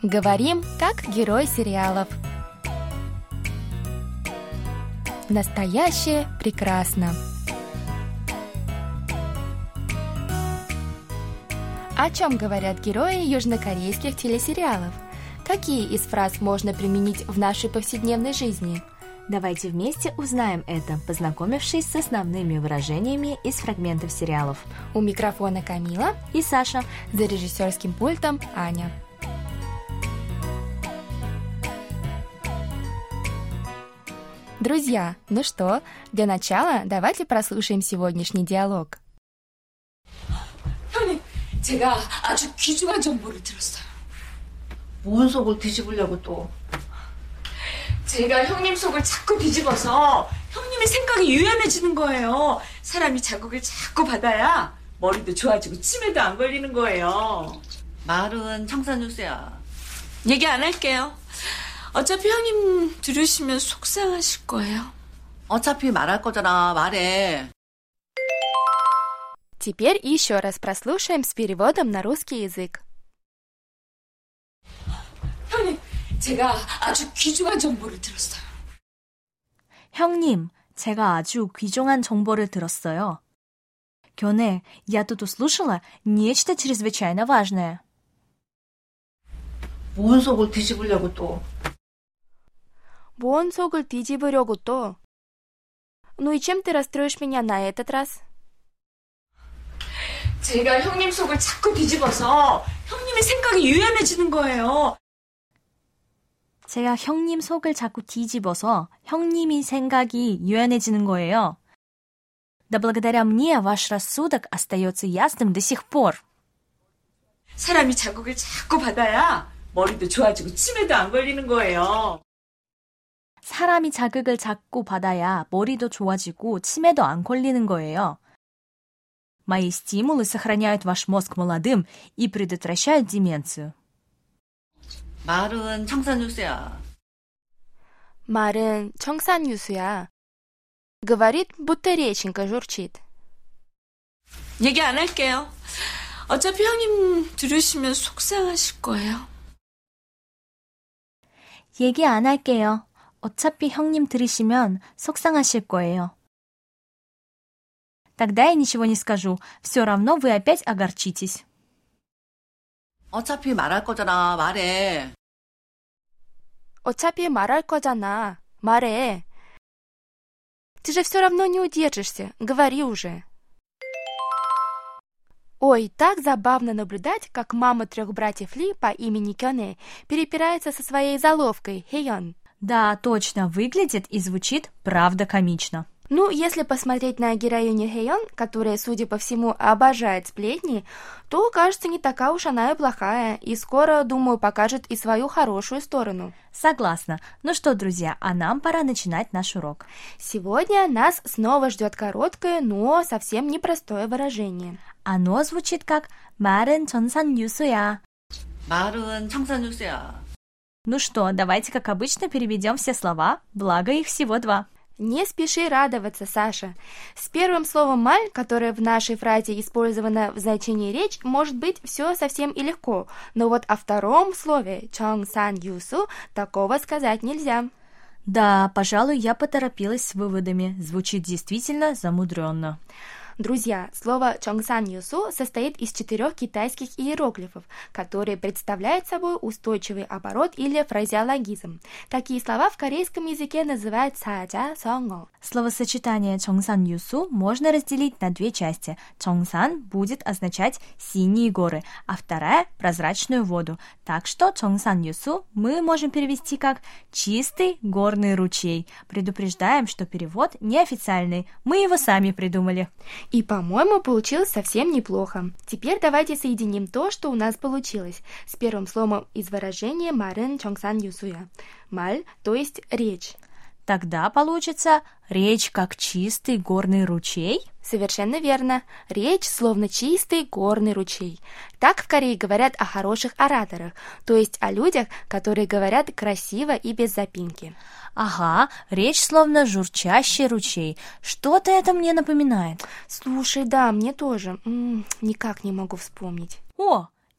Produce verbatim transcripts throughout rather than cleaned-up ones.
Говорим, как герой сериалов. Настоящее прекрасно. О чем говорят герои южнокорейских телесериалов? Какие из фраз можно применить в нашей повседневной жизни? Давайте вместе узнаем это, познакомившись с основными выражениями из фрагментов сериалов. У микрофона Камила и Саша. За режиссерским пультом Аня. Друзья, ну что, для начала давайте прослушаем сегодняшний диалог. 형님, 제가 아주 귀중한 정보를 들었어요. 뭔 속을 뒤집으려고 또? 제가 형님 속을 자꾸 뒤집어서 형님의 생각이 유연해지는 거예요. 사람이 자극을 자꾸 받아야 머리도 좋아지고 치매도 안 걸리는 거예요. 말은 청산유수야. 얘기 안 할게요. 어차피 형님 들으시면 속상하실 거예요. 어차피 말할 거잖아. 말해. Теперь еще раз прослушаем с переводом на русский язык. 형님, 제가 아주 귀중한 정보를 들었어요. 형님, 제가 아주 귀중한 정보를 들었어요. Кёне, я тут услышала нечто чрезвычайно важное. 뭔 속을 뒤집으려고 또? 뭔 속을 뒤집으려고 또? Ну и чем ты расстроишь меня на этот раз? 제가 형님 속을 자꾸 뒤집어서 형님의 생각이 유연해지는 거예요. 제가 형님 속을 자꾸 뒤집어서 형님이 생각이 유연해지는 거예요. Да благодаря мне ваш рассудок остается ясным до сих пор. 사람이 자극을 자꾸 받아야 머리도 좋아지고 치매도 안 걸리는 거예요. 사람이 자극을 자꾸 받아야 머리도 좋아지고 치매도 안 걸리는 거예요. Мои стимулы сохраняют ваш мозг молодым и предотвращают деменцию. 말은 청산유수야. 말은 청산유수야. Говорит, будто реченька журчит. 얘기 안 할게요. 어차피 형님 들으시면 속상하실 거예요. 얘기 안 할게요. 어차피 형님 들으시면 속상하실 거예요. Тогда я ничего не скажу. Все равно вы опять огорчитесь. 어차피 말할 거잖아. 말해. 어차피 말할 거잖아. 말해. Ты же все равно не удержишься. Говори уже. Ой, так забавно наблюдать, как мама трех братьев Ли по имени Кёне перепирается со своей заловкой Хэйон. Да, точно, выглядит и звучит правда комично. Ну, если посмотреть на героиню Хэйон, которая, судя по всему, обожает сплетни, то, кажется, не такая уж она и плохая, и скоро, думаю, покажет и свою хорошую сторону. Согласна. Ну что, друзья, а нам пора начинать наш урок. Сегодня нас снова ждет короткое, но совсем непростое выражение. Оно звучит как 말은 청산유수야. 말은 청산유수야. Ну что, давайте, как обычно, переведем все слова, благо их всего два. Не спеши радоваться, Саша. С первым словом «маль», которое в нашей фразе использовано в значении «речь», может быть все совсем и легко, но вот о втором слове «청산유수» такого сказать нельзя. Да, пожалуй, я поторопилась с выводами. Звучит действительно замудренно. Друзья, слово «청산유수» состоит из четырех китайских иероглифов, которые представляют собой устойчивый оборот или фразеологизм. Такие слова в корейском языке называют 사자, 성어. Словосочетание 청산유수 можно разделить на две части. 청산 будет означать синие горы, а вторая – прозрачную воду. Так что 청산유수 мы можем перевести как «чистый горный ручей». Предупреждаем, что перевод неофициальный, мы его сами придумали. И, по-моему, получилось совсем неплохо. Теперь давайте соединим то, что у нас получилось, с первым словом из выражения 말은 청산유수야. Маль, то есть речь. Тогда получится речь как чистый горный ручей? Совершенно верно. Речь словно чистый горный ручей. Так в Корее говорят о хороших ораторах, то есть о людях, которые говорят красиво и без запинки. Ага, речь словно журчащий ручей. Что-то это мне напоминает. Слушай, да, мне тоже. М-м, никак не могу вспомнить. О,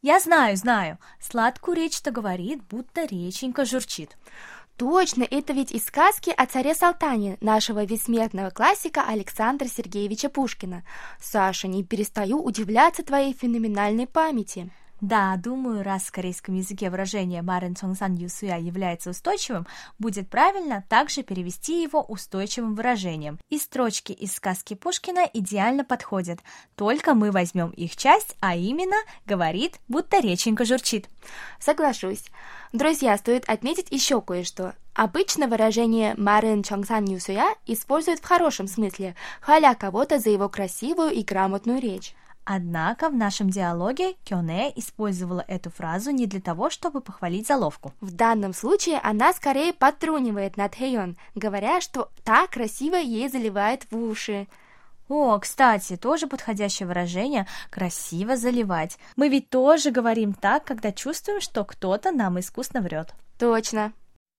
Я знаю, знаю. Сладкую речь-то говорит, будто реченька журчит. Точно, это ведь из сказки о царе Салтане, нашего бессмертного классика Александра Сергеевича Пушкина. Саша, не перестаю удивляться твоей феноменальной памяти. Да, думаю, раз в корейском языке выражение «말은 정산 유수야» является устойчивым, будет правильно также перевести его устойчивым выражением. И строчки из сказки Пушкина идеально подходят, только мы возьмем их часть, а именно «говорит, будто реченька журчит». Соглашусь. Друзья, стоит отметить еще кое-что. Обычно выражение «말은 정산 유수야» используют в хорошем смысле, хваля кого-то за его красивую и грамотную речь. Однако в нашем диалоге Кёне использовала эту фразу не для того, чтобы похвалить заловку. В данном случае она скорее подтрунивает над Хэйон, говоря, что та красиво ей заливает в уши. О, кстати, тоже подходящее выражение «красиво заливать». Мы ведь тоже говорим так, когда чувствуем, что кто-то нам искусно врет. Точно.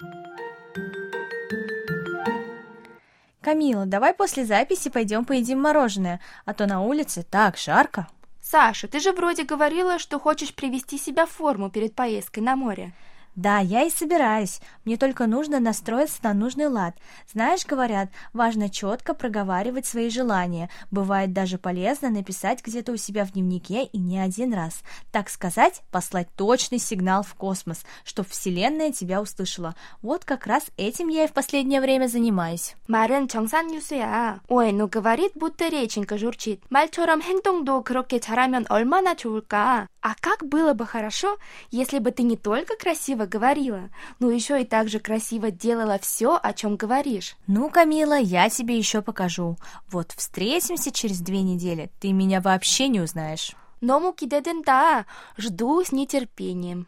Камила, давай после записи пойдем поедим мороженое, а то на улице так жарко. Саша, ты же вроде говорила, что хочешь привести себя в форму перед поездкой на море. Да, я и собираюсь. Мне только нужно настроиться на нужный лад. Знаешь, говорят, важно четко проговаривать свои желания. Бывает даже полезно написать где-то у себя в дневнике и не один раз. Так сказать, послать точный сигнал в космос, чтоб Вселенная тебя услышала. Вот как раз этим я и в последнее время занимаюсь. 말은 정산 유수야. ой, ну говорит, будто реченька журчит. 말처럼 행동도 그렇게 잘하면 얼마나 좋을까? А как было бы хорошо, если бы ты не только красиво говорила, но еще и так же красиво делала все, о чем говоришь. Ну, Камила, я тебе еще покажу. Вот встретимся через две недели, ты меня вообще не узнаешь. 너무 기대된다. Жду с нетерпением.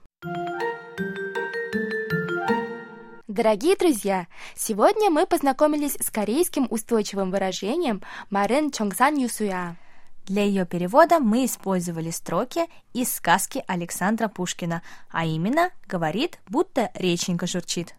Дорогие друзья, сегодня мы познакомились с корейским устойчивым выражением 말은 정산 유수야. Для ее перевода мы использовали строки из сказки Александра Пушкина, а именно «говорит, будто реченька журчит».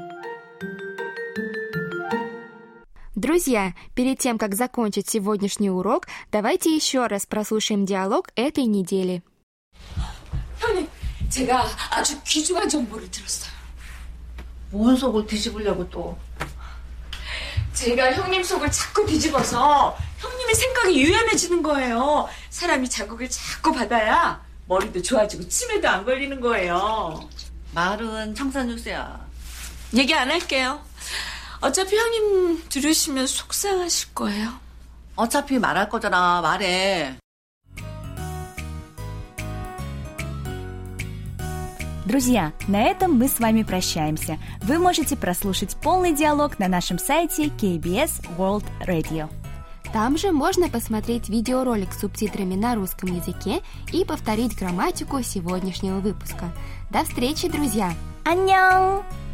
Друзья, перед тем, как закончить сегодняшний урок, давайте еще раз прослушаем диалог этой недели. 형님, 제가 아주 귀중한 정보를 들었어요. 뭔 속을 뒤집으려고 또. 제가 형님 속을 자꾸 뒤집어서 형님의 생각이 유연해지는 거예요. 사람이 자극을 자꾸 받아야 머리도 좋아지고 치매도 안 걸리는 거예요. 말은 청산 유수야. 얘기 안 할게요. 어차피 형님 들으시면 속상하실 거예요. 어차피 말할 거잖아. 말해. Друзья, на этом мы с вами прощаемся. Вы можете прослушать полный диалог на нашем сайте кей би эс World Radio. Там же можно посмотреть видеоролик с субтитрами на русском языке и повторить грамматику сегодняшнего выпуска. До встречи, друзья! 안녕!